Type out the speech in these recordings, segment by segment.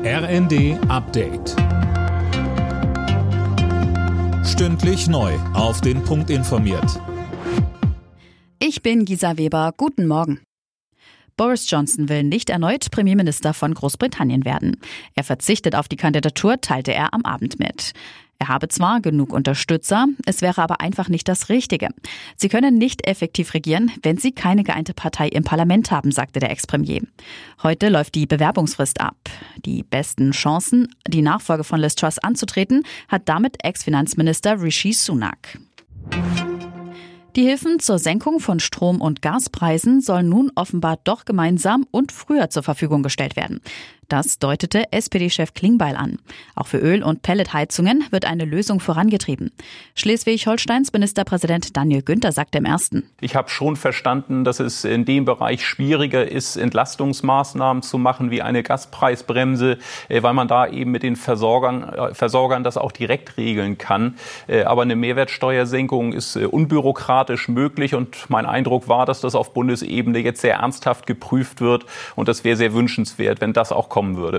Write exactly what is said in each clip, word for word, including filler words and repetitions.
R N D Update. Stündlich neu auf den Punkt informiert. Ich bin Gisa Weber. Guten Morgen. Boris Johnson will nicht erneut Premierminister von Großbritannien werden. Er verzichtet auf die Kandidatur, teilte er am Abend mit. Er habe zwar genug Unterstützer, es wäre aber einfach nicht das Richtige. Sie können nicht effektiv regieren, wenn sie keine geeinte Partei im Parlament haben, sagte der Ex-Premier. Heute läuft die Bewerbungsfrist ab. Die besten Chancen, die Nachfolge von Liz Truss anzutreten, hat damit Ex-Finanzminister Rishi Sunak. Die Hilfen zur Senkung von Strom- und Gaspreisen sollen nun offenbar doch gemeinsam und früher zur Verfügung gestellt werden. Das deutete S P D-Chef Klingbeil an. Auch für Öl- und Pelletheizungen wird eine Lösung vorangetrieben. Schleswig-Holsteins Ministerpräsident Daniel Günther sagte im Ersten: Ich habe schon verstanden, dass es in dem Bereich schwieriger ist, Entlastungsmaßnahmen zu machen wie eine Gaspreisbremse, weil man da eben mit den Versorgern, Versorgern das auch direkt regeln kann. Aber eine Mehrwertsteuersenkung ist unbürokratisch möglich und mein Eindruck war, dass das auf Bundesebene jetzt sehr ernsthaft geprüft wird und das wäre sehr wünschenswert, wenn das auch kommen würde.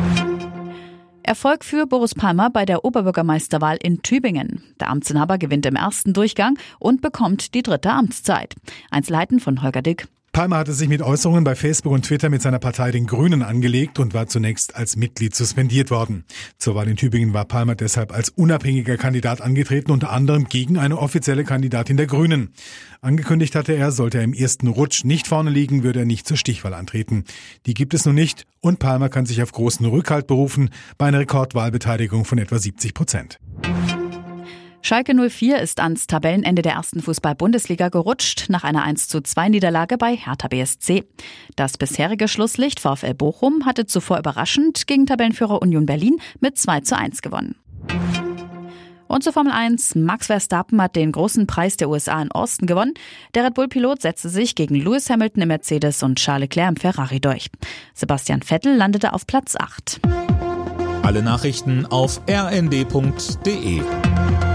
Erfolg für Boris Palmer bei der Oberbürgermeisterwahl in Tübingen. Der Amtsinhaber gewinnt im ersten Durchgang und bekommt die dritte Amtszeit. Einzelheiten von Holger Dick. Palmer hatte sich mit Äußerungen bei Facebook und Twitter mit seiner Partei den Grünen angelegt und war zunächst als Mitglied suspendiert worden. Zur Wahl in Tübingen war Palmer deshalb als unabhängiger Kandidat angetreten, unter anderem gegen eine offizielle Kandidatin der Grünen. Angekündigt hatte er, sollte er im ersten Rutsch nicht vorne liegen, würde er nicht zur Stichwahl antreten. Die gibt es nun nicht und Palmer kann sich auf großen Rückhalt berufen bei einer Rekordwahlbeteiligung von etwa siebzig Prozent. Schalke null vier ist ans Tabellenende der ersten Fußball-Bundesliga gerutscht, nach einer eins zu zwei Niederlage bei Hertha B S C. Das bisherige Schlusslicht VfL Bochum hatte zuvor überraschend gegen Tabellenführer Union Berlin mit zwei zu eins gewonnen. Und zur Formel eins. Max Verstappen hat den großen Preis der U S A in Austin gewonnen. Der Red Bull-Pilot setzte sich gegen Lewis Hamilton im Mercedes und Charles Leclerc im Ferrari durch. Sebastian Vettel landete auf Platz acht. Alle Nachrichten auf r n d punkt d e.